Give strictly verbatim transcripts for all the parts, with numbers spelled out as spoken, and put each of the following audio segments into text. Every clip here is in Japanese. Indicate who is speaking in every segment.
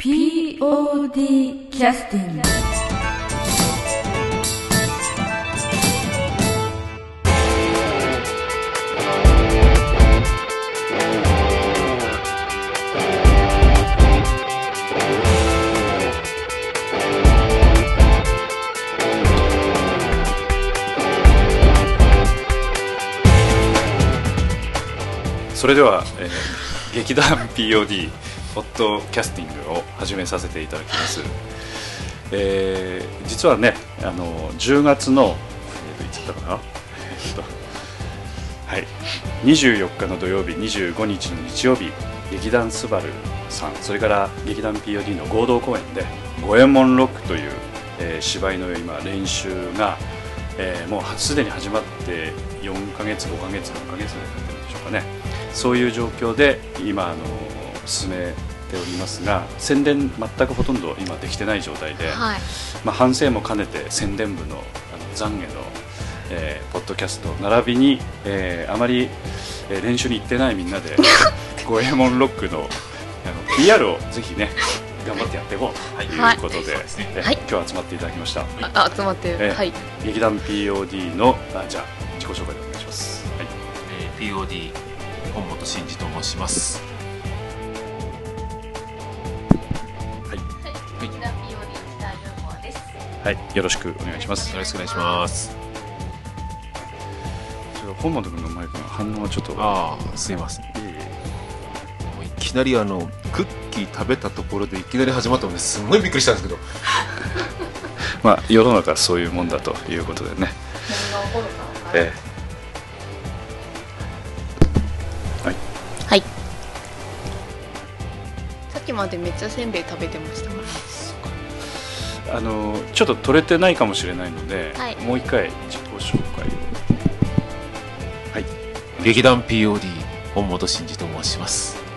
Speaker 1: ピーオーディー キャスティング。
Speaker 2: それでは、えー、劇団 ピーオーディー ポッドキャスティングを始めさせていただきます。えー、実はね、あのじゅうがつの、えー、いつだったかな、えーとはい、にじゅうよっかの土曜日、にじゅうごにちの日曜日、劇団スバルさん、それから劇団 ピーオーディー の合同公演で五右衛門ロックという、えー、芝居の今練習が、えー、もうすでに始まってよんかげつごかげつろっかげつになってるんでしょうかね。そういう状況で今あの進めておりますが、宣伝全くほとんど今できてない状態で、はい、まあ、反省も兼ねて宣伝部の、あの懺悔の、えー、ポッドキャスト並びに、えー、あまり、えー、練習に行ってないみんなで五右衛門ロックの、あの ピーアール をぜひね頑張ってやっていこうということで、はい、えー、今日集まっていただきました。
Speaker 3: あ集まってる、えーはい、
Speaker 2: 劇団 ピーオーディー のあじゃあ自己紹介でお願いします。はい、
Speaker 4: えー、ピーオーディー本本真二と申します。
Speaker 2: はい。
Speaker 3: 劇団 ピーオーディー 北優子です。
Speaker 2: はい、よろしくお願いします。
Speaker 4: よろしくお願いします。
Speaker 2: 本本君のマイクの反応はちょっと、
Speaker 4: ああ、すいません。いきなりあのクッキー食べたところでいきなり始まったのですごいびっくりしたんですけど。
Speaker 2: まあ世の中そういうもんだということでね。
Speaker 3: 何が起こるか分からない。ええはい、さっきまでめっちゃせんべい食べてましたから。
Speaker 2: あのちょっと取れてないかもしれないので、はい、もう一回自己紹介を。はい、
Speaker 4: 劇団 ピーオーディー 本本真二と申します。はい、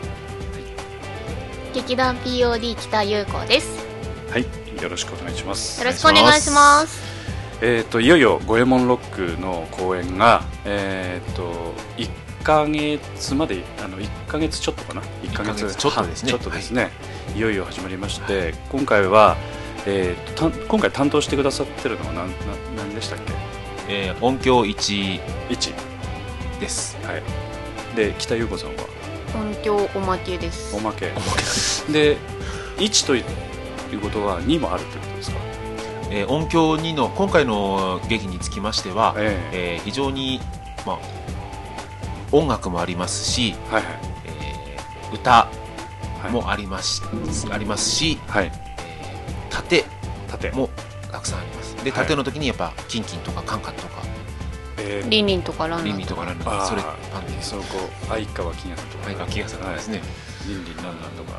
Speaker 3: 劇団 ピーオーディー 北優子です。
Speaker 2: はい、よろしくお願いします。
Speaker 3: よろしくお願いします。
Speaker 2: えっといよいよ五右衛門ロックの公演がえっ、ー、といっかげつまであのいっかげつちょっとかな、いっかげつ
Speaker 4: ちょっとですね。
Speaker 2: ちょっとですね、はい、いよいよ始まりまして、はい、今回は、えー、と今回担当してくださってるのは何な何でしたっけ？
Speaker 4: えー、音響いちです。
Speaker 2: はい。で北優子さんは
Speaker 3: 音響おまけです。
Speaker 2: おまけ。おまけでいちということはにもあるということですか？
Speaker 4: えー、音響にの今回の劇につきましては、えーえー、非常にまあ音楽もありますし、はいはい、えー、歌もあります、はい、ありますし、はい、えー、盾もたくさんあります。で、盾の時にやっぱキンキンとかカンカンとか、
Speaker 3: えー、リンリンとかランラン
Speaker 4: リンリンとかランラン、それ
Speaker 2: パンディその子相川金也さんとか
Speaker 4: 相川金也さんとかですね、
Speaker 2: リンリンランランとか、はい、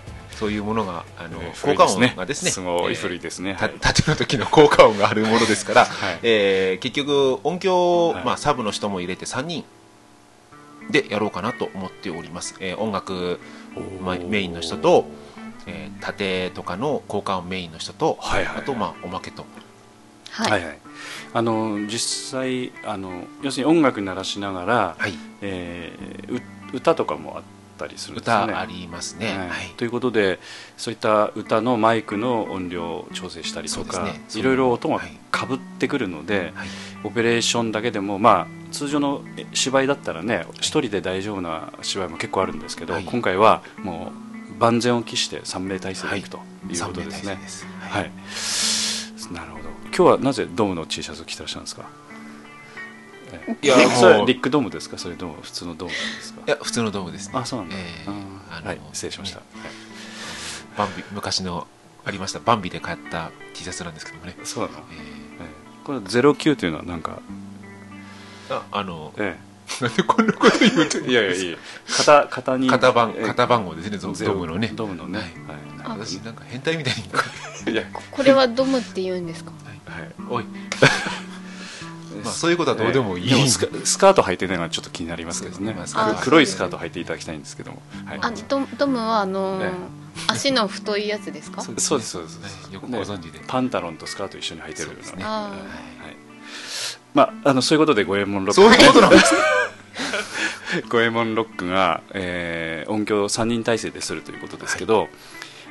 Speaker 4: そういうものがあの、
Speaker 2: えー、
Speaker 4: 効果音がですね、
Speaker 2: すごい古いですね、
Speaker 4: えー、盾の時の効果音があるものですから、はい、えー、結局音響、はい、まあ、サブの人も入れてさんにんでやろうかなと思っております。えー、音楽、まあ、メインの人と、えー、盾とかの効果音メインの人と、はいはいはい、あと、まあ、おまけと、
Speaker 2: はいはいはい、あの実際あの要するに音楽鳴らしながら、はい、えー、歌とかもあったりするんですよね。
Speaker 4: 歌ありますね、はいはい、
Speaker 2: ということでそういった歌のマイクの音量を調整したりとか、ね、いろいろ音がかぶってくるので、はいはい、オペレーションだけでも、まあ、通常の芝居だったらね一人で大丈夫な芝居も結構あるんですけど、はい、今回はもう万全を期してさんめい体制でいくということですね。はい、はい、なるほど。今日はなぜドームの T シャツを着てらっしゃるんですか？いやそれリックドームですか？それドーム普通のドームなんですか？
Speaker 4: いや普通のドームですね。
Speaker 2: あ、そうなんだ、
Speaker 4: えー、
Speaker 2: はい、失礼しました、ね、はい、
Speaker 4: バンビ昔のありましたバンビで買った T シャツなんですけどもね。
Speaker 2: そうなの、えーえー、これゼロきゅうというのはなんか
Speaker 4: ああの、
Speaker 2: え
Speaker 4: え、なんでこんなこと言うてるんですか？
Speaker 2: いやいやいや型型に
Speaker 4: 型番型番号ですね、ドームのね。
Speaker 2: ドームのね、
Speaker 4: はい、私なんか変態みたいに
Speaker 3: いやこれはドムって言うんですか？
Speaker 4: はい、はい、おいまあそういうことはどうでもいい、
Speaker 2: えー、でもスカ、スカート履いてないのはちょっと気になりますけどね。黒いスカート履いていただきたいんですけども、はい、
Speaker 3: あ ド, ドムはあのーえー、足の太いやつですか？
Speaker 2: そうですそうですそうです、
Speaker 4: ね、よくご存知で、
Speaker 2: ね、パンタロンとスカート一緒に履いてるような、ね、
Speaker 3: あ、
Speaker 2: はい、まあ、あのそういうことで五右衛門ロック
Speaker 4: そういうことなんですか？
Speaker 2: 五右衛門ロックが、えー、音響さんにん体制でするということですけど、はい、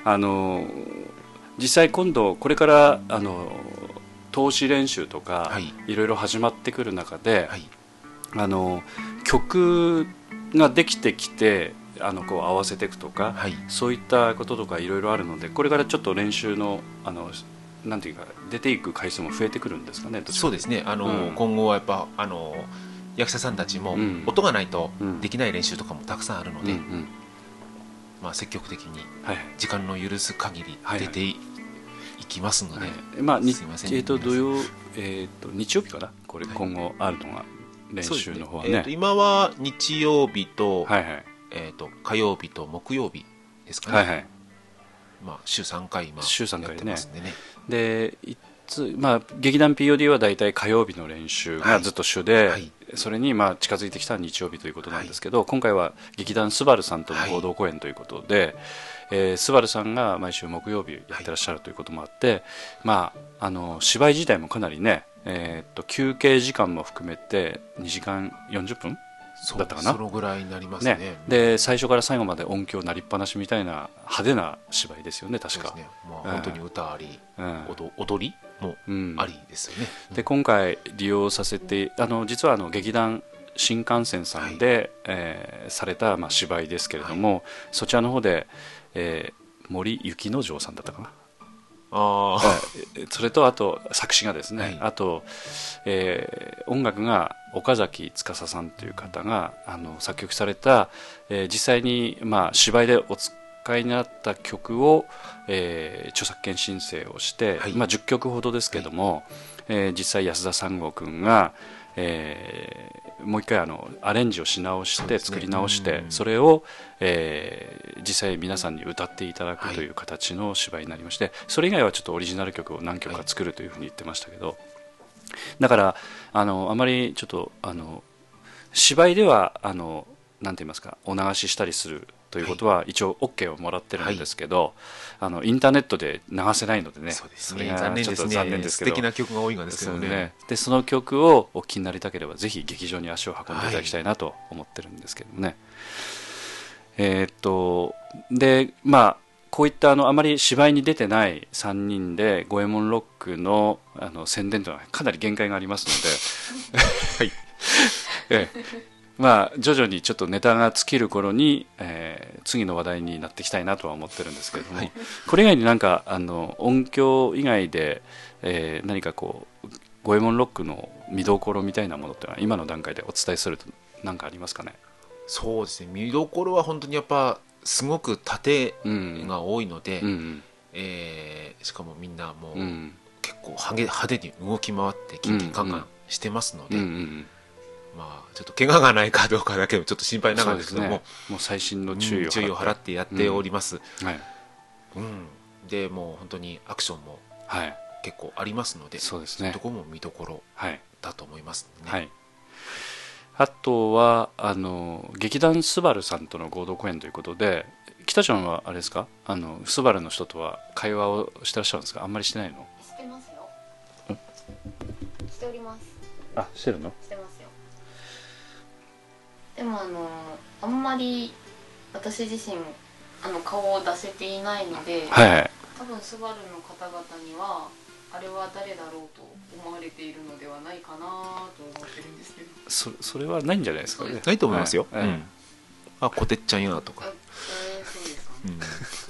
Speaker 2: あの実際今度これからあの通し練習とか、はい、いろいろ始まってくる中で、はい、あの曲ができてきてあのこう合わせていくとか、はい、そういったこととかいろいろあるので、これからちょっと練習のあのなんていうか出ていく回数も増えてくるんですかね。
Speaker 4: そうですね、あの、うん、今後はやっぱあの役者さんたちも、うん、音がないとできない練習とかもたくさんあるので、うんうん、まあ、積極的に時間の許す限り出ていきますので、はいはい、まあ、すいません、
Speaker 2: えー、と土曜、えー、と日曜日かな、これ今後あるのが練習の方はね、ね、
Speaker 4: えー、と今は日曜日と、はいはい、えー、と火曜日と木曜日ですかね、はいはい、まあ、週さんかい今
Speaker 2: 週さんかい
Speaker 4: やってますんでね。
Speaker 2: でいつ、まあ、劇団 ピーオーディー はだいたい火曜日の練習がずっと主で、はいはい、それにまあ近づいてきた日曜日ということなんですけど、はい、今回は劇団スバルさんとの合同公演ということで、はい、えー、スバルさんが毎週木曜日やってらっしゃるということもあって、はい、まあ、あの芝居自体もかなりね、えー、と休憩時間も含めてにじかんよんじゅっぷんだったかな、
Speaker 4: そのぐらいになります ね, ね
Speaker 2: で最初から最後まで音響鳴りっぱなしみたいな派手な芝居ですよね、確か。そうですね、
Speaker 4: まあ、本当に歌あり、うん、踊りもありですよね、
Speaker 2: うん、で今回利用させて、あの実はあの劇団新幹線さんで、はい、えー、された、まあ、芝居ですけれども、はい、そちらの方で、えー、森雪之丞さんだったかな、あ、それとあと作詞がですね、はい、あと、えー、音楽が岡崎司さんという方があの作曲された、えー、実際に、まあ、芝居でお使いになった曲を、えー、著作権申請をして、はい、まあ、じゅっきょくほどですけども、はい、えー、実際安田三郷君が、えー、もう一回あのアレンジをし直して作り直して、 そ, ね、それを、えー、実際皆さんに歌っていただくという形の芝居になりまして、はい、それ以外はちょっとオリジナル曲を何曲か作るというふうに言ってましたけど、だからあのあまりちょっとあの芝居ではあのなんて言いますか、お流ししたりするということは一応 OK をもらってるんですけど、はい、あのインターネットで流せないのでね、
Speaker 4: そうですね、それがちょっと残念ですけど、素敵な曲が多いんですけど ね,
Speaker 2: ねでその曲をお聴きになりたければぜひ劇場に足を運んでいただきたいなと思ってるんですけどね、はい、えー、っとでまあこういったあのあまり芝居に出てないさんにんで五右衛門ロック の, あの宣伝というのはかなり限界がありますので、はい、ええ、まあ、徐々にちょっとネタが尽きる頃に、えー、次の話題になっていきたいなとは思ってるんですけれども、はい、これ以外になんかあの音響以外で、えー、何かこう五右衛門ロックの見どころみたいなものっていうのは今の段階でお伝えすると何かありますかね。
Speaker 4: そうですね、見どころは本当にやっぱすごく縦が多いので、うんうん、えー、しかもみんなもう、うん、結構派手に動き回ってキンキンカンカンしてますので、うんうんうん、まあ、ちょっと怪我がないかどうかだけもちょっと心配ながらですけども、
Speaker 2: ね、もう細心の注意を払って、うん、注意を
Speaker 4: 払ってやっております、うん、はい、うん、でもう本当にアクションも結構ありますので、はい、そうですね、そういうところも見どころだと思いますね、はいはい、
Speaker 2: あとはあの劇団スバルさんとの合同公演ということで、北ちゃんはあれですか、あのスバルの人とは会話をしてらっしゃるんですか。あんまりしてないの。
Speaker 3: してますよ。しております。
Speaker 2: あ、してるの。
Speaker 3: してますよ。でもあのあんまり私自身あの顔を出せていないので、はいはい、多分スバルの方々にはあれは誰だろうと思われているのではないかなと思ってるんですけど、
Speaker 2: そ, それはないんじゃないですかね。
Speaker 4: ないと思いますよ、はい、うん、あ、こてっちゃんやとか、
Speaker 3: えー、そうですか、うん、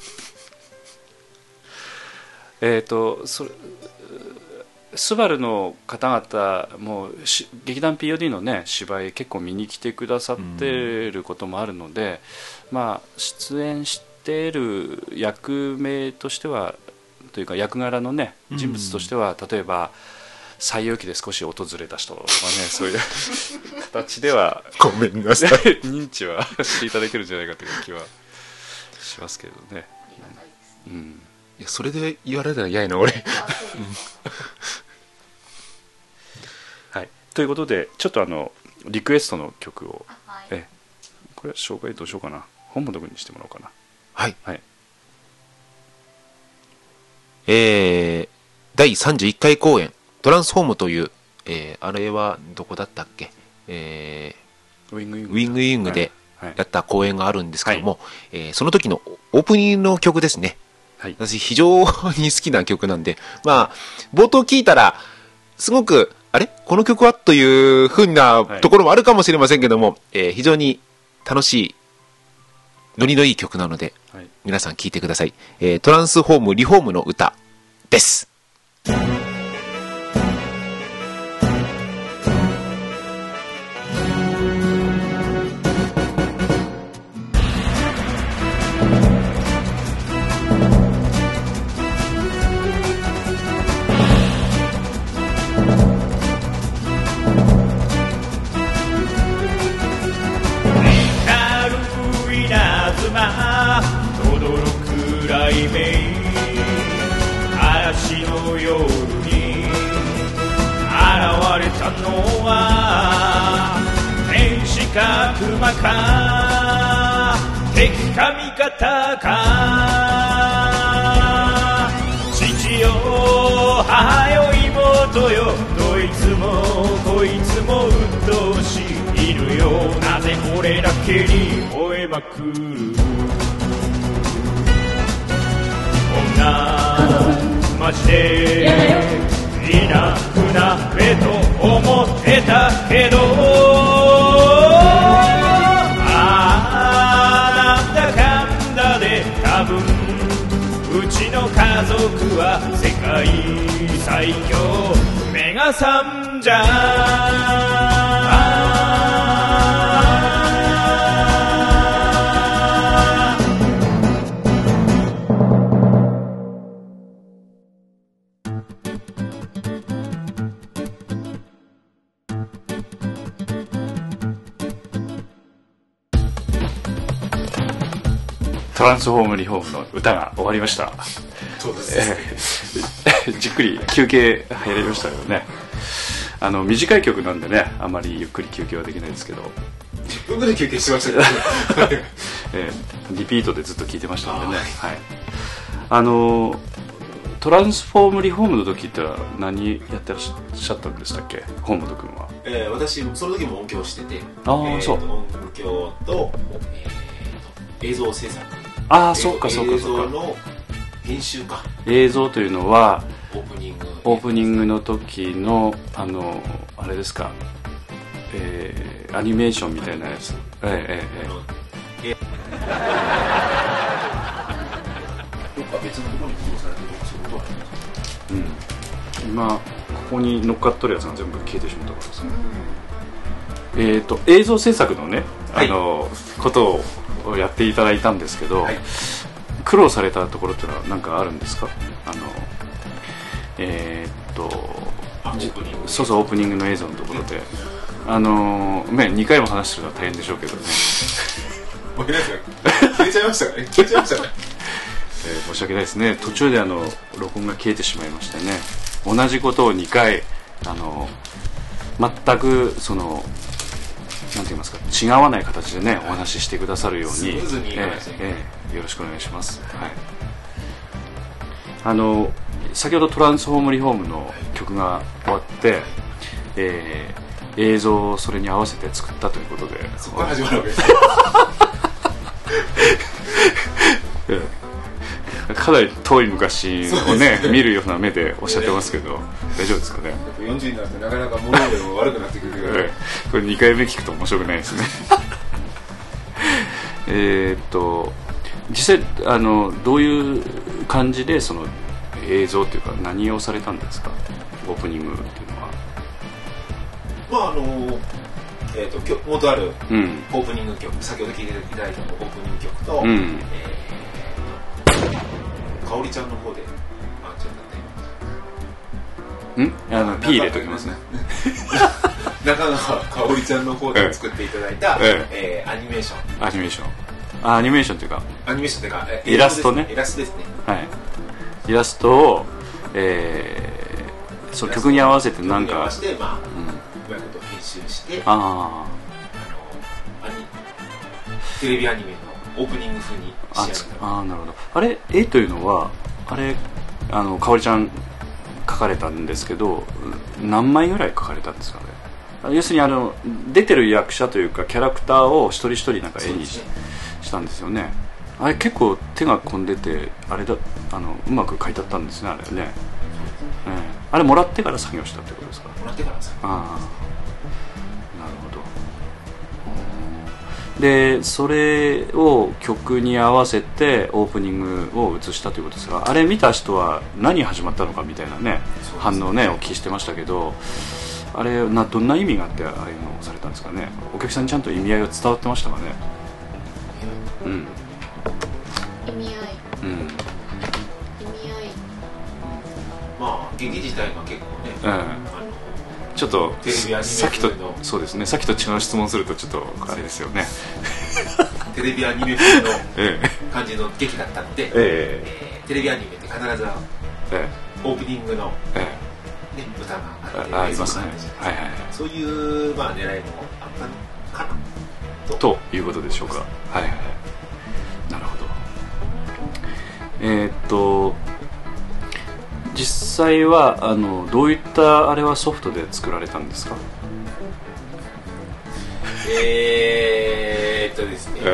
Speaker 2: えっとそスバルの方々も劇団 ピーオーディー のね芝居結構見に来てくださってることもあるので、うん、まあ出演している役名としてはというか役柄のね人物としては、うん、例えば西遊記で少し訪れた人とかね、そういう形では
Speaker 4: ごめんなさい
Speaker 2: 認知はしていただけるんじゃないかという気はしますけどね、
Speaker 4: うん、いやそれで言われたら嫌やな俺
Speaker 2: はい、ということでちょっとあのリクエストの曲を、はい、えこれは紹介どうしようかな、本本君にしてもらおうかな。
Speaker 4: はい、はい、えー、だいさんじゅういっかい公演トランスフォームという、えー、あれはどこだったっけ、えー、ウィングウィング、ウィングウィングでやった公演があるんですけども、はいはい、えー、その時のオープニングの曲ですね、 はい、私非常に好きな曲なんで、まあ冒頭聴いたらすごくあれこの曲はというふうなところもあるかもしれませんけども、はい、えー、非常に楽しいノリのいい曲なので、はい、皆さん聴いてください、えー、トランスフォームリフォームの歌です。
Speaker 5: 嵐の夜に現れたのは天使か熊か敵か味方か、父よ母よ妹よどいつもこいつも鬱陶しいるよ、なぜ俺だけに吠えまくるマジでいなくなれと思ってたけど、あーなんだかんだで多分うちの家族は世界最強目が覚んじゃ
Speaker 2: トランスフォームリフォームの歌が終わりました。
Speaker 4: そうです、
Speaker 2: えー、じっくり休憩入りましたよね。あの短い曲なんでね、あまりゆっくり休憩はできないですけど、
Speaker 4: じゅっぷんぐらい休憩してましたけど、
Speaker 2: えー、リピートでずっと聴いてましたんでね。はい、あのトランスフォームリフォームの時って何やってらっしゃったんでしたっけ、本本君は。
Speaker 4: えー、私その時も音響してて、
Speaker 2: あ、えー、そう
Speaker 4: 音響と、えー、映像制作、
Speaker 2: ああ、そうかそうかそうか、
Speaker 4: 映像の編集か。
Speaker 2: 映像というのは
Speaker 4: オープニング
Speaker 2: オープニングの時のあのあれですか、えー、アニメーションみたいなやつ、ええええええ
Speaker 4: どっか別のところに移動されてるとかそういうことはありますか。
Speaker 2: うん、今ここに乗っかっとるやつが全部消えてしまったからですね。えーと映像制作のね、あの、はい、ことをやっていただいたんですけど、はい、苦労されたところっていうのは何かあるんですか。あのえー、っとそうそう、オープニングの映像のところで、あのね、にかいも話してるのは大変でしょうけどね。
Speaker 4: ごめんなさい、消えちゃいましたかね。消えちゃいましたね。
Speaker 2: えー、申し訳ないですね。途中であの録音が消えてしまいましてね。同じことをにかいあの全くそのなんて言いますか、違わない形でねお話ししてくださるように、
Speaker 4: スムーズに、
Speaker 2: えーえー、よろしくお願いします。はい、あの先ほどトランスフォームリフォームの曲が終わって、えー、映像をそれに合わせて作ったということで、
Speaker 4: そこから始まるわけです
Speaker 2: かなり遠い昔をね見るような目でおっしゃってますけど、大丈夫ですかね。
Speaker 4: よんじゅうになってなかなか物でも悪くなってくるから、
Speaker 2: えー、これにかいめ聞くと面白くないですね。えっと実際あのどういう感じでその映像っていうか何をされたんですか、オープニングっていうのは。
Speaker 4: まああのえーと元あるオ
Speaker 2: うん、
Speaker 4: ープニング曲、先ほど聴いていただいたオープニング曲と、
Speaker 2: うん、
Speaker 4: えー、かおりちゃんの方であちょっと待って、
Speaker 2: んあの P 入れときますね。
Speaker 4: 中川かおりちゃんの方で作っていただいた、
Speaker 2: え
Speaker 4: えー、アニメーション
Speaker 2: アニメーションあアニメーションというか
Speaker 4: アニメーションというか
Speaker 2: イラストね、
Speaker 4: イラストですね。
Speaker 2: はい、イラストを、えー、その曲に合わせてなんか
Speaker 4: 曲に合わせて、まあ、うん、うまいこと編集して、
Speaker 2: ああ
Speaker 4: のアニテレビアニメのオープニング風に仕上げた。
Speaker 2: ああ、なるほど。あれ絵というのはあれあのかおりちゃん描かれたんですけど、何枚ぐらい描かれたんですかね。要するにあの出てる役者というかキャラクターを一人一人なんか絵に し, したんですよね。 あれ結構手が込んでてあれだあのうまく書いてあったんですねあれね、ええ、あれもらってから作業したってことですか？
Speaker 4: もらってから作業。
Speaker 2: ああ、なるほど。でそれを曲に合わせてオープニングを映したということですが、あれ見た人は何始まったのかみたいなね反応ねお聞きしてましたけど、あれなどんな意味があってああいうのをされたんですかね。お客さんにちゃんと意味合いが伝わってましたかね。うん、
Speaker 3: 意味合い、
Speaker 2: うん、
Speaker 3: 意味合い、
Speaker 4: まあ劇自体が結構ね、
Speaker 2: うん、あのちょっと
Speaker 4: テレビアニメ
Speaker 2: さっきとそうですね、さっきと違う質問するとちょっとあれですよね。
Speaker 4: テレビアニメ風の感じの劇だったので、えええー、テレビアニメって必ず、ええ、オープニングの、ええね、歌があって、
Speaker 2: あありますね、はいはいはい、
Speaker 4: そういう、まあ、狙いもあったのかな
Speaker 2: とということでしょうか。はいはい、なるほど。えー、っと実際はあのどういったあれはソフトで作られたんですか？
Speaker 4: えーっとですね、えーえ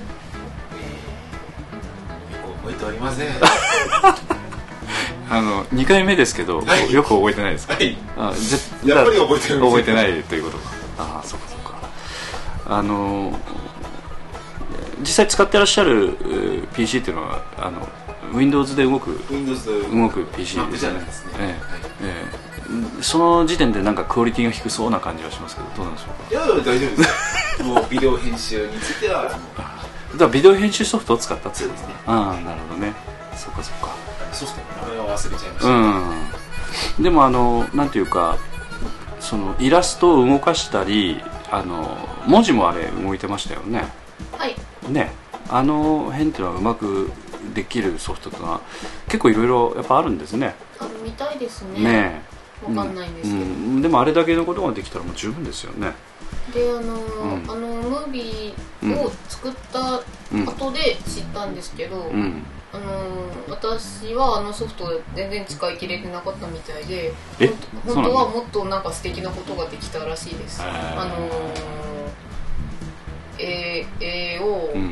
Speaker 4: ー、よく覚えておりません。
Speaker 2: あのにかいめですけど、はい、よく覚えてないですか？はい、あぜ
Speaker 4: やっぱり覚えてる
Speaker 2: 覚えてないということか。ああ、そうかそうか。あの実際使ってらっしゃる ピーシー っていうのはあの Windows で動く
Speaker 4: Windows で
Speaker 2: 動く ピーシー ですよね。ええええ、その時点でなんかクオリティが低そうな感じはしますけど、どうなんでしょうか？
Speaker 4: いや大丈夫です。もうビデオ編集についてはだ
Speaker 2: からビデオ編集ソフトを使ったってことですね。ああ、なるほどね。そっかそっか。
Speaker 4: ソフトの名前を忘れちゃいました。
Speaker 2: うん。でもあのなんていうか、そのイラストを動かしたり、あの文字もあれ動いてましたよね。
Speaker 3: はい。
Speaker 2: ね、あの辺っていうのはうまくできるソフトというのは結構いろいろやっぱあるんですね。
Speaker 3: あるみたいですね。
Speaker 2: ね
Speaker 3: え。わかんないんですけど、うん
Speaker 2: うん。でもあれだけのことができたらもう十分ですよね。
Speaker 3: で、あの、うん、あのムービーを作った後で知ったんですけど、うん、あの私はあのソフトを全然使い切れてなかったみたいで、本当はもっとなんか素敵なことができたらしいです。あの絵、絵を、うん、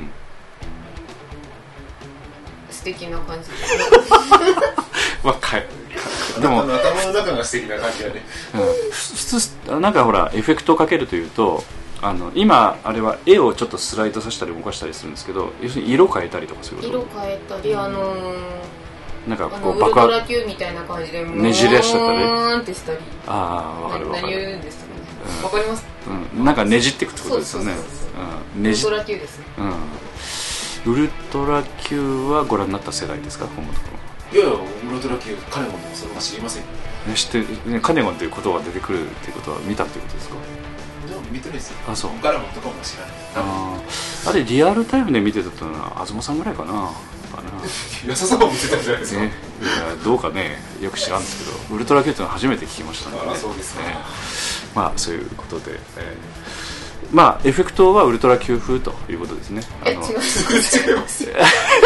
Speaker 3: 素敵な感じで
Speaker 2: わかる。
Speaker 4: でも頭の中が素敵な感じだね、
Speaker 2: うん、普通なんかほらエフェクトをかけるというと、あの今あれは絵をちょっとスライドさせたり動かしたりするんですけど、要するに色変えたりとかすること。
Speaker 3: 色変えたり、あのー、
Speaker 2: なんかこう
Speaker 3: 爆破ウルトラ Q みたいな感じで
Speaker 2: ねじれしちゃったり、
Speaker 3: ーんってしたり。
Speaker 2: ああ、わかるわかる。
Speaker 3: 何言うんですかね。わ、うん、かります。
Speaker 2: うん、なんかねじっていくってことですよね。
Speaker 3: ウルトラ Q ですね。
Speaker 2: うん。ウルトラ Q はご覧になった世代ですか、本本ところ。
Speaker 4: いやいや、ウルトラ Q カネゴンでもそれは知りません。ね、
Speaker 2: 知ってね、カネゴンという言葉が出てくるっていうことは見たっていうことですか。
Speaker 4: 見てないですよ。
Speaker 2: あ、そう。
Speaker 4: ガラモンとかも知らない。
Speaker 2: ああれリアルタイムで見てたのは東さんぐらいかな。かな。
Speaker 4: 安さも見てたんじゃないですか。
Speaker 2: ね、いやどうかね、よく知らんですけど、ウルトラ Q っていうのは初めて聞きましたので、ね。
Speaker 4: あ、そうですね。
Speaker 2: まあそういうことで、えー、まあエフェクトはウルトラ Q 風ということですね。
Speaker 3: え、違います。違いますよ。違い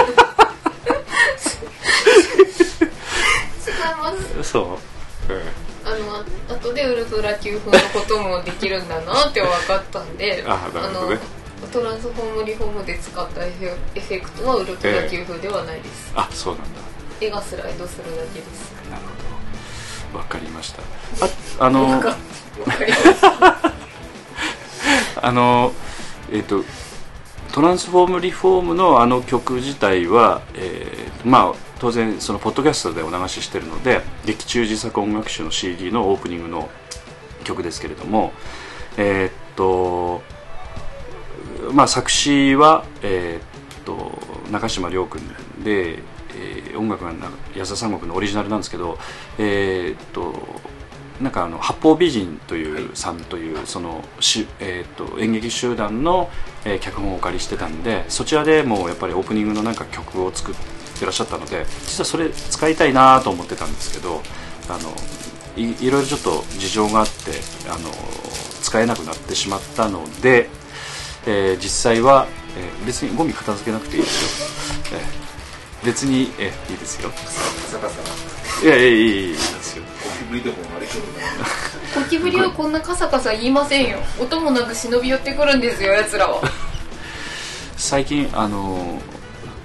Speaker 3: ます。
Speaker 2: そう。え
Speaker 3: ーあの後でウルトラ Q 風のこともできるんだなって分かったんで、
Speaker 2: あ, なるほど、ね、
Speaker 3: あのトランスフォームリフォームで使ったエフェクトはウルトラ Q 風ではないです、
Speaker 2: えー、あ、そうなんだ。
Speaker 3: 絵がスライドするだけです。
Speaker 2: なるほど、分かりました。あ、あの分かりましたあのえっ、ー、とトランスフォームリフォームのあの曲自体は、えー、まあ当然そのポッドキャストでお流ししているので、劇中自作音楽集の シーディー のオープニングの曲ですけれども、えー、っとまあ作詞は、えー、っと中島亮君で、えー、音楽が安田三国のオリジナルなんですけど、えー、っとなんかあの八方美人というさんというそのし、えー、と演劇集団の、えー、脚本をお借りしてたんで、そちらでもうやっぱりオープニングのなんか曲を作ってらっしゃったので、実はそれ使いたいなと思ってたんですけど、あの い, いろいろちょっと事情があってあの使えなくなってしまったので、えー、実際は、えー、別にゴミ片付けなくていいですよ、えー、別に、えー、いいですよ。いやいやいやいいですよ。
Speaker 4: ゴキブリでもあれくるんだ
Speaker 3: な。ゴキブリはこんなカサカサ言いませんよ。音もなく忍び寄ってくるんですよ、やつらは。
Speaker 2: 最近あの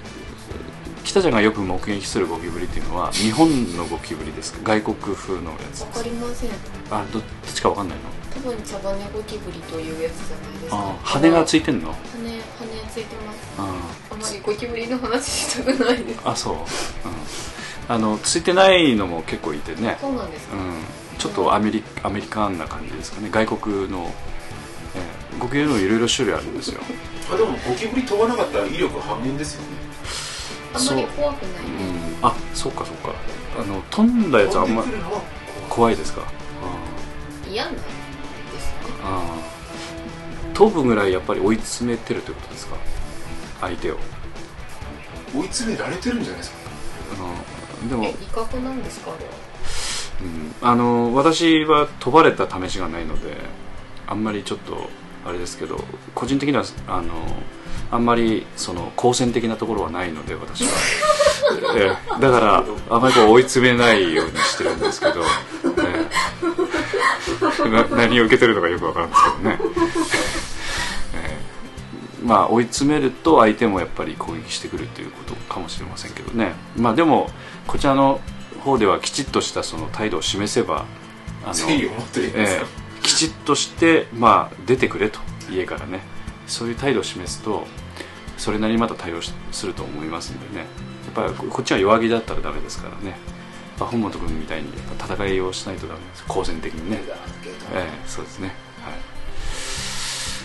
Speaker 2: 北ちゃんがよく目撃するゴキブリっていうのは日本のゴキブリですか、外国風のやつ。
Speaker 3: わかりません。
Speaker 2: あ、どっちかわかんないの。
Speaker 3: 多分茶羽ゴキブリというやつじゃないですか。
Speaker 2: あ、羽がついてんの？
Speaker 3: 羽、羽ついてます。
Speaker 2: あ
Speaker 3: あんまりゴキブリの話したくないです。
Speaker 2: あ、そう、うん、あのついてないのも結構いてね。
Speaker 3: そうなんですか、うん、
Speaker 2: ちょっとアメリアメリカンな感じですかね、外国の、えー、ゴキブリのいろいろ種類あるんですよ。
Speaker 4: あ、でもゴキブリ飛ばなかったら威力半減ですよね。
Speaker 3: あんまり怖くない、ね、
Speaker 2: うん、あ、そうかそうか、あの飛んだやつあんま怖いですか。
Speaker 3: 嫌なんですね。
Speaker 2: あ、飛ぶぐらいやっぱり追い詰めてるということですか、相手を。
Speaker 4: 追い詰められてるんじゃないですか。
Speaker 2: うん、でも
Speaker 3: 威嚇なんですかあれは。
Speaker 2: うん、あの私は飛ばれた試しがないのであんまりちょっとあれですけど、個人的にはあのあんまりその好戦的なところはないので私はええ、だからあんまりこう追い詰めないようにしてるんですけど、ええ、な何を受けてるのかよくわからんですけどね、ええ、まあ追い詰めると相手もやっぱり攻撃してくるということかもしれませんけどね。まあでもこちらの方ではきちっとしたその態度を示せば、あの
Speaker 4: 誠意を持ってるんですか、
Speaker 2: えー、きちっとして、まあ、出てくれと家からね、そういう態度を示すとそれなりにまた対応すると思いますんでね。やっぱりこっちは弱気だったらダメですからね。やっぱ本本君みたいにやっぱ戦いをしないとダメです、好戦的にね。えー、そうですね、はい、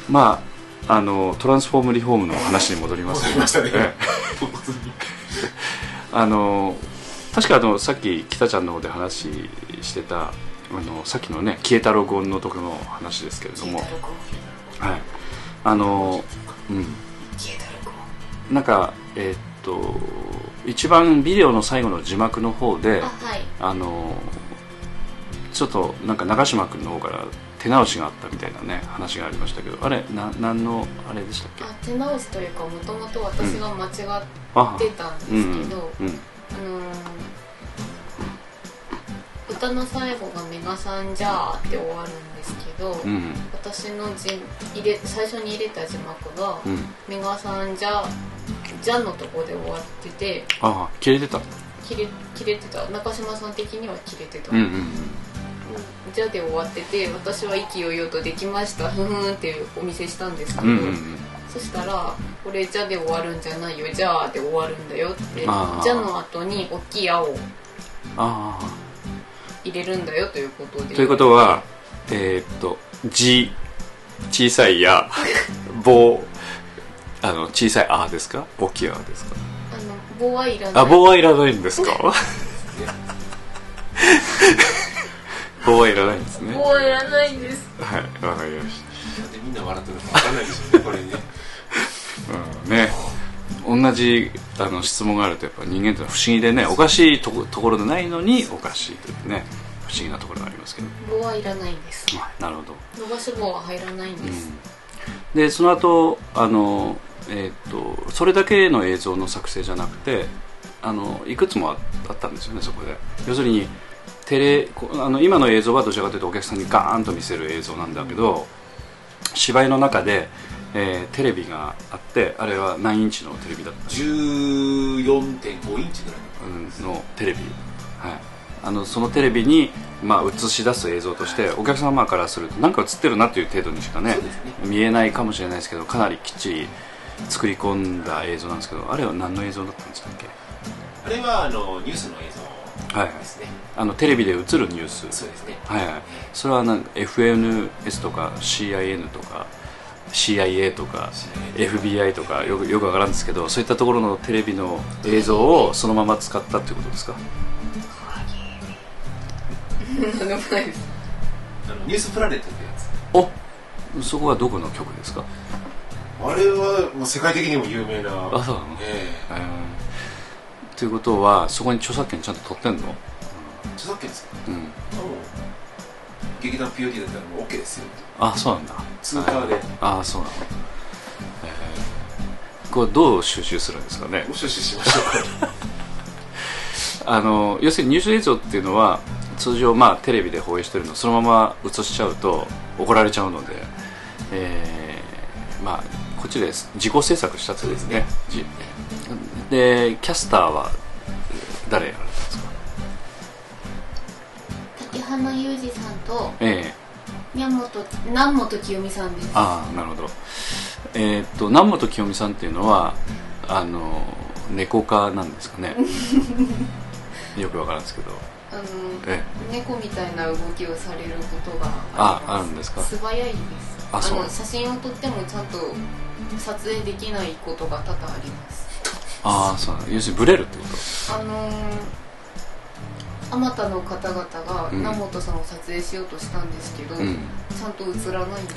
Speaker 2: まああのトランスフォームリフォームの話に戻りますけど、ねえー、あの確かあのさっき北ちゃんの方で話してたあのさっきのね消えた録音のところの話ですけれども、はい、あのうんなんかえー、っと一番ビデオの最後の字幕の方で あ、はい、あのちょっとなんか長嶋君の方から手直しがあったみたいなね話がありましたけど、あれな何のあれでしたっけ。
Speaker 3: あ、手直しというかもともと私が間違ってたんですけど、うんうんうん、あのー、歌の最後がメガさんじゃーって終わるんですけど、うん、私の字入れ最初に入れた字幕が、うん、メガさんじゃじゃのとこで終わってて、
Speaker 2: ああ切れてた
Speaker 3: 切れ切れてた中島さん的には切れてた、うんうんうん、じゃで終わってて、私は意気揚々とできましたふふんってお見せしたんですけど、うんうんうん、そしたらこれじゃで終わるんじゃないよ、じゃあで終わるんだよって、じゃの後に大きい青を入れるんだよということで。
Speaker 2: ということはえー、っとじ小さいや棒あの小さいあですか、大きいあですか。
Speaker 3: あの棒はいらない。
Speaker 2: あ、棒はいらないんですか棒はいらないんですね。
Speaker 3: 棒はいらないんです。
Speaker 2: はい、わかりました。
Speaker 4: なんでみんな笑ってるのかわかんないですよねこれね。
Speaker 2: うんね、同じあの質問があるとやっぱ人間ってのは不思議でね、おかしいと こ, ところでないのにおかしいというね、不思議なところがありますけど。
Speaker 3: 棒はいらないんです。
Speaker 2: なるほど。
Speaker 3: 伸ばし棒は入らないんです。
Speaker 2: うん、でその後あのえー、とそれだけの映像の作成じゃなくてあのいくつも あ, あったんですよね、そこで。要するにテレあの今の映像はどちらかというとお客さんにガーンと見せる映像なんだけど、芝居の中で、えー、テレビがあって、あれは何インチのテレビだった？
Speaker 4: じゅうよんてんご インチぐらい
Speaker 2: のテレビ、はい、あのそのテレビに、まあ、映し出す映像としてお客様からすると何か映ってるなという程度にしか ね, ね見えないかもしれないですけど、かなりきっちり作り込んだ映像なんですけど、あれは何の映像だったんですかっけ。
Speaker 4: あれはあのニュースの映像ですね、はい、
Speaker 2: あのテレビで映るニュース。
Speaker 4: そうですね、
Speaker 2: はいはい、それはなんか エフエヌエス とか シーアイエヌ とか シーアイエー とか エフビーアイ とかよくよくわからんですけど、そういったところのテレビの映像をそのまま使ったということですか。
Speaker 3: 何でもないです。
Speaker 4: あのニュースプラネットってや
Speaker 2: つ。お、そこはどこの曲ですか。
Speaker 4: あれはもう世界的にも有名な。
Speaker 2: あ、そうなの、えーえー、ということはそこに著作権ちゃんと取ってんの。
Speaker 4: 著作権ですか。
Speaker 2: うん、
Speaker 4: 劇団 ピーオーディー だったらもう OK ですよ。
Speaker 2: あ、そうなんだ。
Speaker 4: ツーカーで。
Speaker 2: ああ、そうなの、えー、これどう収集するんですかね。
Speaker 4: 収集しましょ
Speaker 2: うあの要するにニュース映像っていうのは通常、まあ、テレビで放映してるのをそのまま映しちゃうと怒られちゃうので、えー、まあこっちで自己制作したってですね。 でキャスターは誰やられたんですか？
Speaker 3: 竹花裕二さんと、
Speaker 2: え
Speaker 3: え、南本南本清美さんです。
Speaker 2: ああ、なるほど。えー、っと南本清美さんっていうのはあの猫科なんですかね。よくわからんですけど、
Speaker 3: あのえ猫みたいな動きをされることが
Speaker 2: ああるんですか？
Speaker 3: 素早いです。
Speaker 2: あ、そう。
Speaker 3: あの写真を撮ってもちゃんと撮影できないことが多々あります。
Speaker 2: ああ、そう。要するにブレるってこと？
Speaker 3: あのあまたの方々が南本さんを撮影しようとしたんですけど、うん、ちゃんと映らないんです。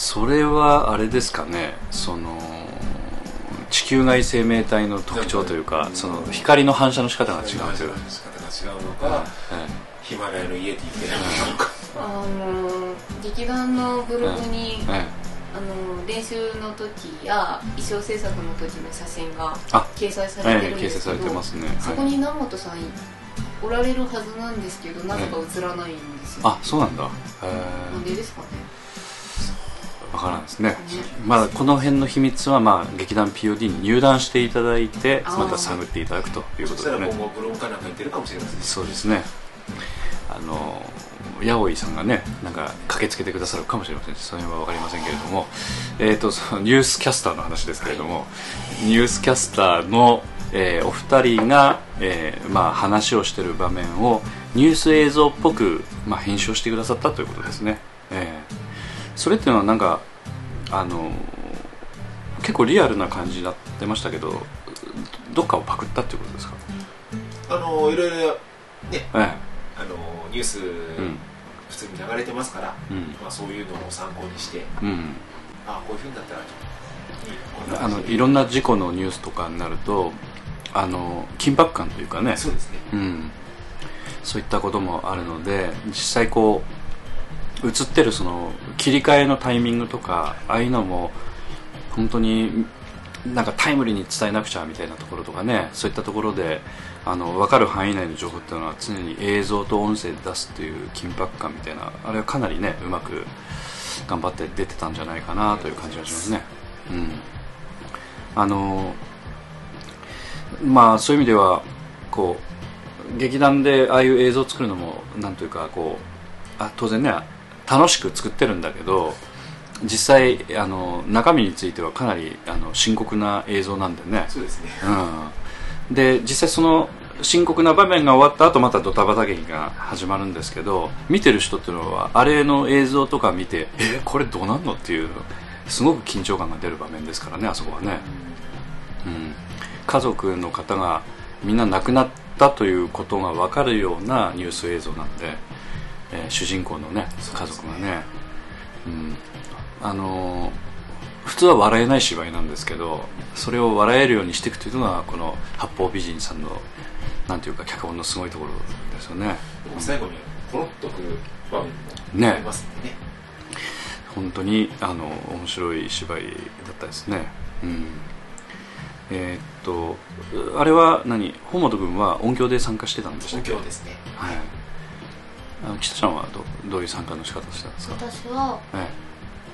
Speaker 2: それはあれですかね、その地球外生命体の特徴というか、その光の反射の仕方が違うんですよ。
Speaker 4: 仕方が違うのか、ヒマラヤのイエティみたいなのか。
Speaker 3: あの劇団のブログに、あの練習の時や衣装制作の時の写真が掲載されてるんですけど、そこに南本さんおられるはずなんですけど、なぜか映らないんですよ。
Speaker 2: あ、そうなんだ。
Speaker 3: なんでですかね。
Speaker 2: わからんですね。まだこの辺の秘密は、まあ、劇団 ピーオーディー に入団していただいてまた探っていただくということでね。
Speaker 4: 今後ブログかなんか言ってるかもしれませんね。
Speaker 2: そうですね。あの八尾さんがね、なんか駆けつけてくださるかもしれませんし、その辺は分かりませんけれども、えーとそのニュースキャスターの話ですけれども、はい、ニュースキャスターの、えー、お二人が、えーまあ、話をしている場面をニュース映像っぽく、まあ、編集してくださったということですね。えーそれっていうのはなんかあの結構リアルな感じになってましたけど、どっかをパクったっていうことですか？
Speaker 4: あのいろいろね、ええ、あのニュース、うん、普通に流れてますから、うん、まあ、そういうのを参考にして、うん、あこういうふうになったら
Speaker 2: いい、あのいろんな事故のニュースとかになるとあの緊迫感というかね、
Speaker 4: そうですね、
Speaker 2: うん、そういったこともあるので、実際こう映ってるその切り替えのタイミングとか、ああいうのも本当になんかタイムリーに伝えなくちゃみたいなところとかね、そういったところであの分かる範囲内の情報っていうのは常に映像と音声で出すっていう緊迫感みたいな、あれはかなりねうまく頑張って出てたんじゃないかなという感じがしますね。うん、あのまあそういう意味ではこう劇団でああいう映像を作るのもなんというかこうあ当然ね楽しく作ってるんだけど、実際あの中身についてはかなりあの深刻な映像なんでね。
Speaker 4: そうですね、
Speaker 2: うん、で実際その深刻な場面が終わった後またドタバタ劇が始まるんですけど、見てる人っていうのはあれの映像とか見てえこれどうなんのっていうすごく緊張感が出る場面ですからね、あそこはね、うん、家族の方がみんな亡くなったということが分かるようなニュース映像なんで、えー、主人公のね家族がね、うん、あのー、普通は笑えない芝居なんですけど、それを笑えるようにしていくというのがこの八方美人さんのなんていうか脚本のすごいところですよね。
Speaker 4: 最後にポロッとくる場面もありますんでね、
Speaker 2: 本当にあの面白い芝居だったですね。うん、えー、っとあれは何、本本君は音響で参加してたんでしたっけ？
Speaker 4: 音響ですね。
Speaker 2: はい。あの北ちゃんは ど, どういう参加の仕方をしたんですか？
Speaker 3: 私は、はい、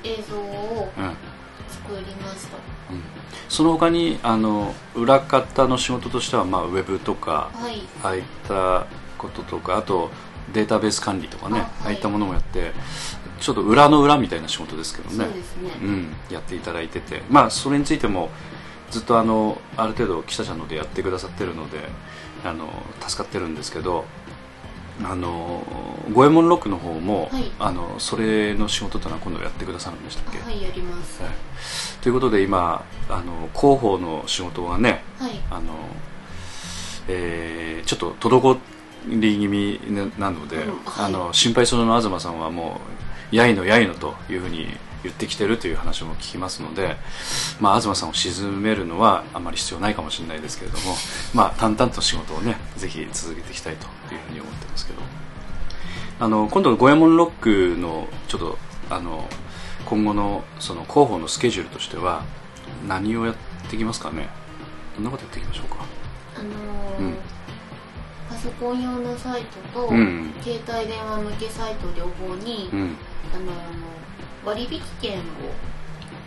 Speaker 3: 映像を作りました。
Speaker 2: うんうん、その他にあの裏方の仕事としては、まあ、ウェブとか、はい、ああいったこととか、あとデータベース管理とかね、あ,、はい、ああいったものもやって、ちょっと裏の裏みたいな仕事ですけどね、
Speaker 3: そうですね、
Speaker 2: うん、やっていただいてて、まあ、それについてもずっとあのある程度北ちゃんのでやってくださってるのであの助かってるんですけど、あの五右衛門ロックの方も、はい、あのそれの仕事というのは今度やってくださるんでしたっけ？
Speaker 3: はい、やります、はい、
Speaker 2: ということで今あの広報の仕事がね、はい、あのえー、ちょっと滞り気味なので、うん、はい、あの心配そうな東さんはもうやいのやいのというふうに言ってきてるという話も聞きますので、まあ、東さんを鎮めるのはあまり必要ないかもしれないですけれども、まあ、淡々と仕事をねぜひ続けていきたいというふうに思ってますけど、あの今度の五右衛門ロックのちょっとあの今後のその広報のスケジュールとしては何をやっていきますかね？どんなことやっていきましょうか？
Speaker 3: あのーうん、パソコン用のサイトと、うん、携帯電話向けサイト両方に、うん、あのー割引券を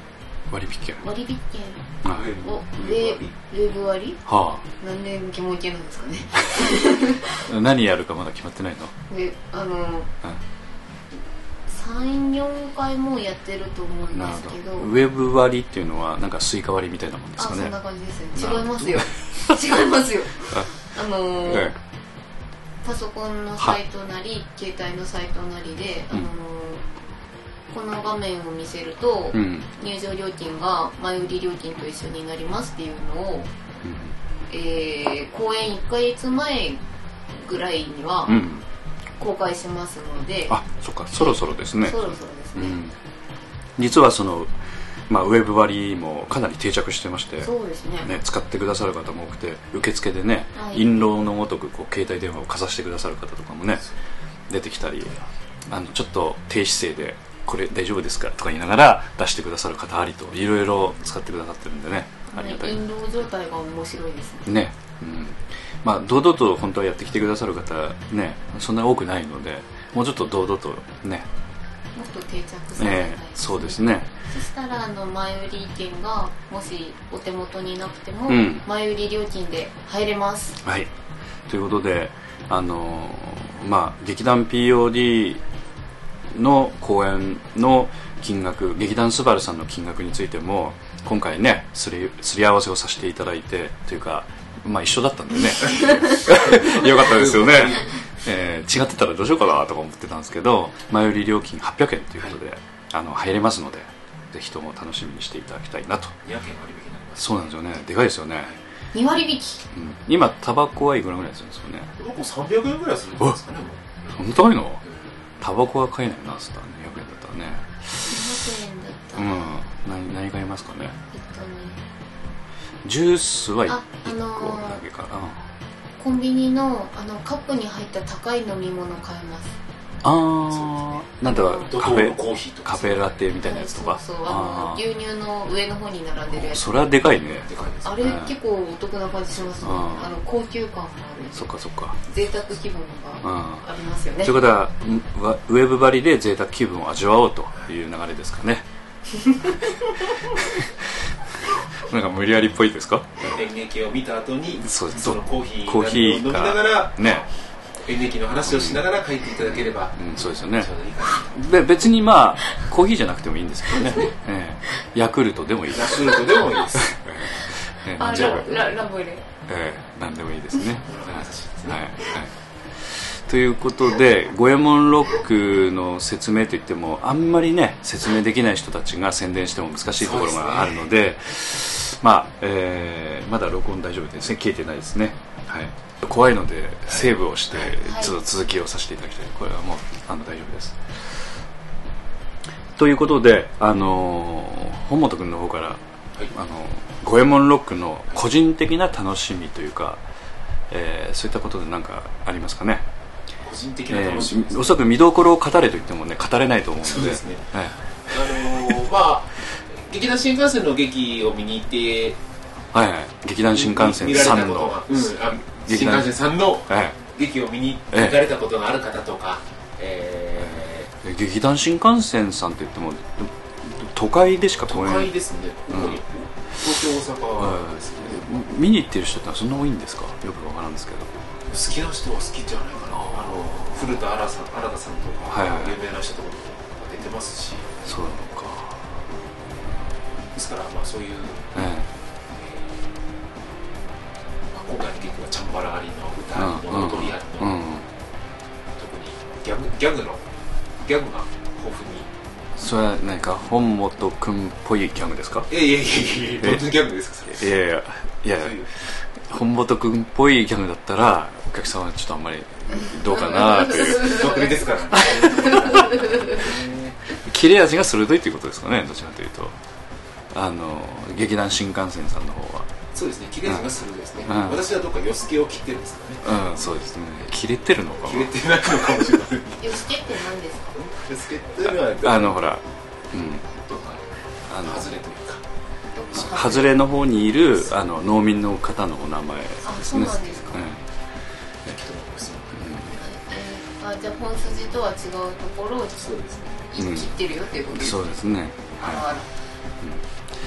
Speaker 2: 割引券
Speaker 3: 割引券をウェーブ割、はあ、何年疑問系なんですかね
Speaker 2: 何やるかまだ決まってないの？
Speaker 3: であの、うん、さん、よんかいもやってると思うんですけど、
Speaker 2: ウェブ割っていうのはなんかスイカ割みたいなもんですかね。
Speaker 3: あ、そんな感じですね。違いますよ違いますよあのーはい、パソコンのサイトなり携帯のサイトなりで、あのーこの画面を見せると、うん、入場料金が前売り料金と一緒になりますっていうのを、うん、えー、公演いっかげつまえぐらいには公開しますので、
Speaker 2: うん、あ、そっか、そろそろですね。
Speaker 3: そろそろですね、うん、
Speaker 2: 実はその、まあ、ウェブ割もかなり定着してまして、
Speaker 3: そうですね、
Speaker 2: ね、使ってくださる方も多くて、受付でね、はい、印籠のごとくこう携帯電話をかざしてくださる方とかもね出てきたり、あのちょっと低姿勢でこれ大丈夫ですかとか言いながら出してくださる方ありと、いろいろ使ってくださってるんでね、ありがたい。
Speaker 3: 印籠状態が面白いですね。
Speaker 2: ね、うん、まあ堂々と本当はやってきてくださる方ね、そんな多くないので、もうちょっと堂々とね、
Speaker 3: もっと定着させたいですね。
Speaker 2: そうですね。
Speaker 3: そしたらあの前売り券がもしお手元になくても、うん、前売り料金で入れます。
Speaker 2: はい。ということで、あのー、まあ劇団 ピーオーディーの公演の金額、劇団スバルさんの金額についても今回ねすり、すり合わせをさせていただいてというか、まあ一緒だったんでねよかったですよね、えー、違ってたらどうしようかなとか思ってたんですけど、前売り料金はっぴゃくえんということで、はい、あの入れますので、ぜひとも楽しみにしていただきたいなと。
Speaker 4: にひゃくえん割引になります。
Speaker 2: そうなんですよね、でかいですよね。
Speaker 3: に割引、
Speaker 2: うん、今タバコはいくらぐらいするんですかね。
Speaker 4: タバコさんびゃくえんぐらいするんですかね。
Speaker 2: そんな高いの？タバコは買えないな、スターにひゃくえんだったらね。
Speaker 3: にひゃくえんだったら、うん、
Speaker 2: 何, 何買いますかね。
Speaker 3: えっとね、
Speaker 2: ジュースはいっこだけかな。
Speaker 3: コンビニ の, あのカップに入った高い飲み物買えます。
Speaker 2: ああ、なんだかカフェコーヒーとかカフェラテみたいなやつとか。
Speaker 3: そうそう、あの牛乳の上の方に並んでるやつ。
Speaker 2: それはでかいね。
Speaker 3: でかいです、ね、あれ結構お得な感じしますね。あの高級感もある。
Speaker 2: そっかそっか。
Speaker 3: 贅沢気分がありますよね。
Speaker 2: ということはウェブ張りで贅沢気分を味わおうという流れですかね。なんか無理やりっぽいですか。
Speaker 4: 演劇を見た後に
Speaker 2: そ
Speaker 4: のコーヒー
Speaker 2: コーヒー
Speaker 4: 飲みながら
Speaker 2: ね、
Speaker 4: 演劇の話をしながら書いていただければ、
Speaker 2: うんうん、そうですよね。で別にまあコーヒーじゃなくてもいいんですけどね、えー、ヤクルトでもいいです。
Speaker 4: ヤクルトでもいいです。
Speaker 3: えー、あラララブレ、
Speaker 2: えー、なんでもいいですね。はい、はい、ということで五右衛門ロックの説明といってもあんまりね説明できない人たちが宣伝しても難しいところがあるので、まあ、えー、まだ録音大丈夫ですね。消えてないですね。はい。怖いのでセーブをしてちょっと続きをさせていただきたい。これはもうあの大丈夫です。ということで、あのー、本本君の方から、はい、あの五右衛門ロックの個人的な楽しみというか、えー、そういったことで何かありますかね。
Speaker 4: 個人的な楽しみです、
Speaker 2: えー、おそらく見どころを語れと言ってもね語れないと思うので。
Speaker 4: そうですね。
Speaker 2: はい、
Speaker 4: あのー、まあ劇団新幹線の劇を見に行って、
Speaker 2: はいはい、劇団新幹線さんの、
Speaker 4: うん、新幹線さんの劇を見に行かれたことがある方とか、え
Speaker 2: ーえー、劇団新幹線さんって言っても都会でしか公演、
Speaker 4: 都会ですね、うん、東京大阪ですね、
Speaker 2: うん、見に行ってる人ってのはそんな多いんですか。よくわからんですけど、
Speaker 4: 好きな人は好きじゃないかな。あの古田新太さんとか、はいはい、有名な人とか出てますし。
Speaker 2: そうなのか。
Speaker 4: ですからまあそういう、えーえーまあ、今回の劇はチャンバラありの歌ありの踊りありの、うんうん、特にギャグ、ギャグのギャグが豊富に。
Speaker 2: それは何か本本くんっぽいギャグですか。
Speaker 4: いやいやいやいや、どんなギャグですかそれ。
Speaker 2: いやいやいや本本くんっぽいギャグだったらお客さんはちょっとあんまりどうかなという
Speaker 4: 得意ですから
Speaker 2: 切れ味が鋭いということですかね。どちらかというとあの劇団新幹線さんの方は
Speaker 4: そうですね、切れ味が鋭いですね、うん、私はどっかよすけを切ってるんですかね。
Speaker 2: うん、そうですね。切れてるのかな。
Speaker 4: 切れてないのかもしれない。
Speaker 3: よすけって何ですか。
Speaker 4: よすけっていうのは
Speaker 2: あのほら、うん、
Speaker 4: どっかあの外れというか
Speaker 2: 外れの方にいるあの農民の方のお名前ですね。
Speaker 3: あ、そうなんですか。うん、うん、あ、じゃあ本筋とは違うところをそうですね、切ってるよっていうことですね。
Speaker 2: そうですね。はい。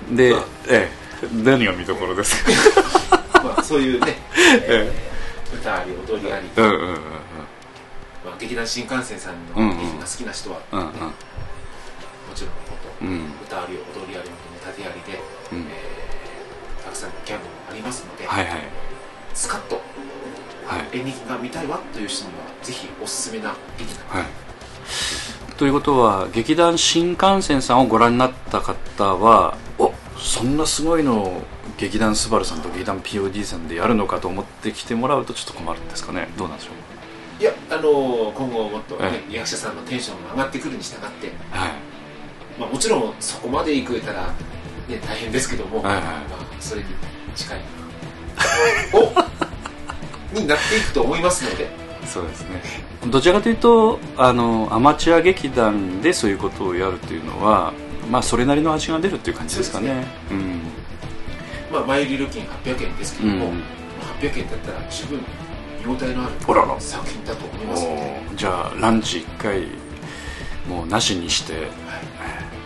Speaker 2: で、まあ、ええ、何が見どころですか？
Speaker 4: まあそういうね、えー、歌あり踊りあり、うんうんうんうん、まあ、劇団新幹線さんの劇が好きな人は、ね、うんうん、もちろんのこと、うん、歌あり踊りありのネタでありで、うん、えー、たくさんのギャグもありますので、はいはい、スカッと、はい、演劇が見たいわという人にはぜひおすすめな劇団、はい、
Speaker 2: ということは劇団新幹線さんをご覧になった方は、お、そんなすごいのを劇団スバルさんと劇団 ピーオーディー さんでやるのかと思ってきてもらうとちょっと困るんですかね。どうなんでしょ
Speaker 4: う。いや、あのー、今後もっと、ね、はい、役者さんのテンションが上がってくるに従って、はい、まあ、もちろんそこまで行くたら、ね、大変ですけども、はいはい、まあ、それに近いおになっていくと思いますので。
Speaker 2: そうですね。どちらかというとあのアマチュア劇団でそういうことをやるというのは、まあ、それなりの味が出るという感じですかね。うん、
Speaker 4: まあ、前売り料金はっぴゃくえんですけども、うん、はっぴゃくえんだったら十分見応えのある作品だと思いますので、
Speaker 2: じゃあランチいっかいもうなしにして、はい、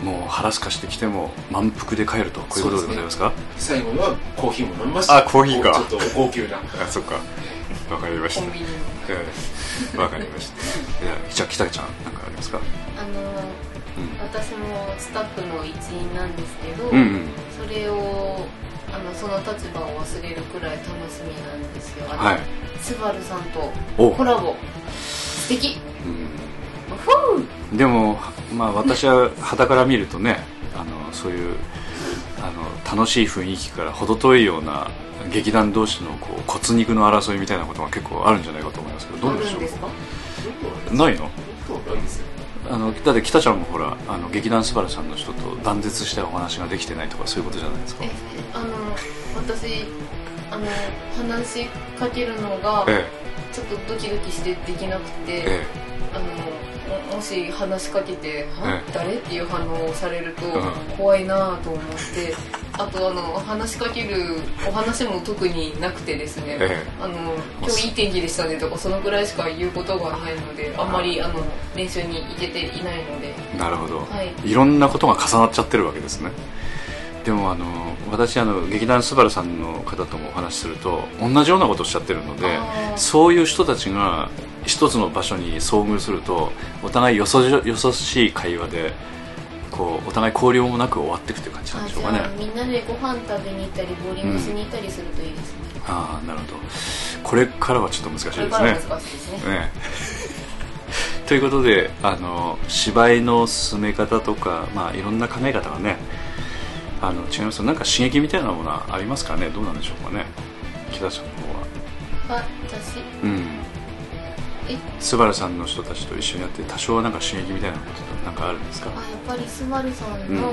Speaker 2: もう腹すかしてきても満腹で帰ると、こういうことでございますか。
Speaker 4: すね、最後にはコーヒーも飲みますし、
Speaker 2: あ、コーヒーか、
Speaker 4: ちょっとお高級な
Speaker 2: あ、そっか、わかりました。わかりました。じゃあ北ちゃん何かありますか。
Speaker 3: あの、うん、私もスタッフの一員なんですけど、うんうん、それをあのその立場を忘れるくらい楽しみなんですよ。はい、スバルさんとコラボ素敵、
Speaker 2: うん、でも、まあ、私は傍から見るとね、あのそういうあの楽しい雰囲気から程遠いような劇団同士のこう骨肉の争いみたいなことが結構あるんじゃないかと思いますけど、どうでしょう。ないの？あのだって北ちゃんもほら、あの劇団スバルさんの人と断絶したお話ができてないとか、そういうことじゃないですか。
Speaker 3: えあの私あの話しかけるのがちょっとドキドキしてできなくて、ええ、あのもし話しかけて「は、ええ、誰?」っていう反応をされると怖いなと思って、あとあの話しかけるお話も特になくてですね、ええ、あの今日いい天気でしたねとかそのぐらいしか言うことがないので、あんまりあの練習に行けていないので。
Speaker 2: なるほど、はい、いろんなことが重なっちゃってるわけですね。でもあの私あの劇団スバルさんの方ともお話しすると同じようなことをおっしゃってるので、そういう人たちが一つの場所に遭遇するとお互いよそよそしい会話でこうお互い交流もなく終わっていくという感じなんでしょうかね。
Speaker 3: みんなでご飯食べに行ったりボーリングしに行ったりするといいですね。
Speaker 2: うん、ああ、なるほど。これからはちょっと難しいですね。これから難しいですね。ねということで、あの芝居の進め方とか、まあ、いろんな考え方がね、あの違います。なんか刺激みたいなものはありますかね。どうなんでしょうかね、北ちゃんの方は。
Speaker 3: 私、
Speaker 2: うん、えスバルさんの人たちと一緒にやって多少はなんか刺激みたいなことってなんかあるんですか。
Speaker 3: あ、やっぱりスバルさんの、うん、あの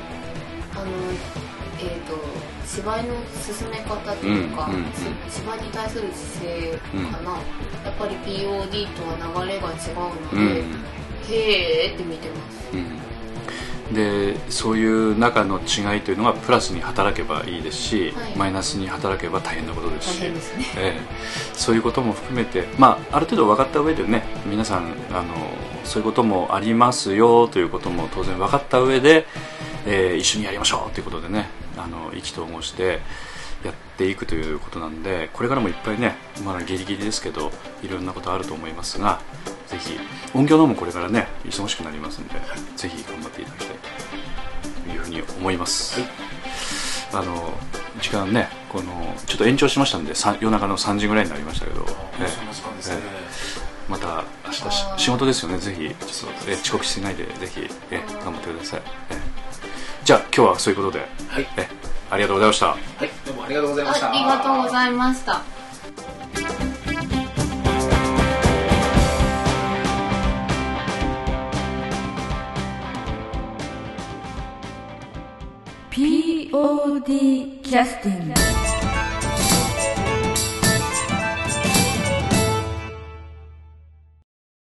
Speaker 3: えーと芝居の進め方というか、うんうんうん、芝居に対する姿勢かな、うん、やっぱり ピーオーディー とは流れが違うので、うん、へーって見てます。うん
Speaker 2: でそういう中の違いというのがプラスに働けばいいですし、はい、マイナスに働けば大変なことですし、
Speaker 3: 大変ですね、
Speaker 2: えー、そういうことも含めて、まあ、ある程度分かった上でね、皆さんあのそういうこともありますよということも当然分かった上で、えー、一緒にやりましょうということでね、あの意気投合してやっていくということなんで、これからもいっぱいね、まだギリギリですけどいろんなことあると思いますが、ぜひ音響の方もこれからね忙しくなりますので、ぜひ頑張っていただきたいというふうに思います、はい、あの時間ね、このちょっと延長しましたんで夜中のさんじぐらいになりましたけど、えー、また明日仕事ですよね。ぜひちょっと、えー、遅刻しないでぜひ、えー、頑張ってください、えー、じゃあ今日はそういうことで、はい、えー、ありがとうございました。はい、
Speaker 4: どうもありがとうございました。
Speaker 3: ありがとうございました。
Speaker 1: ピーオーディー キャスティング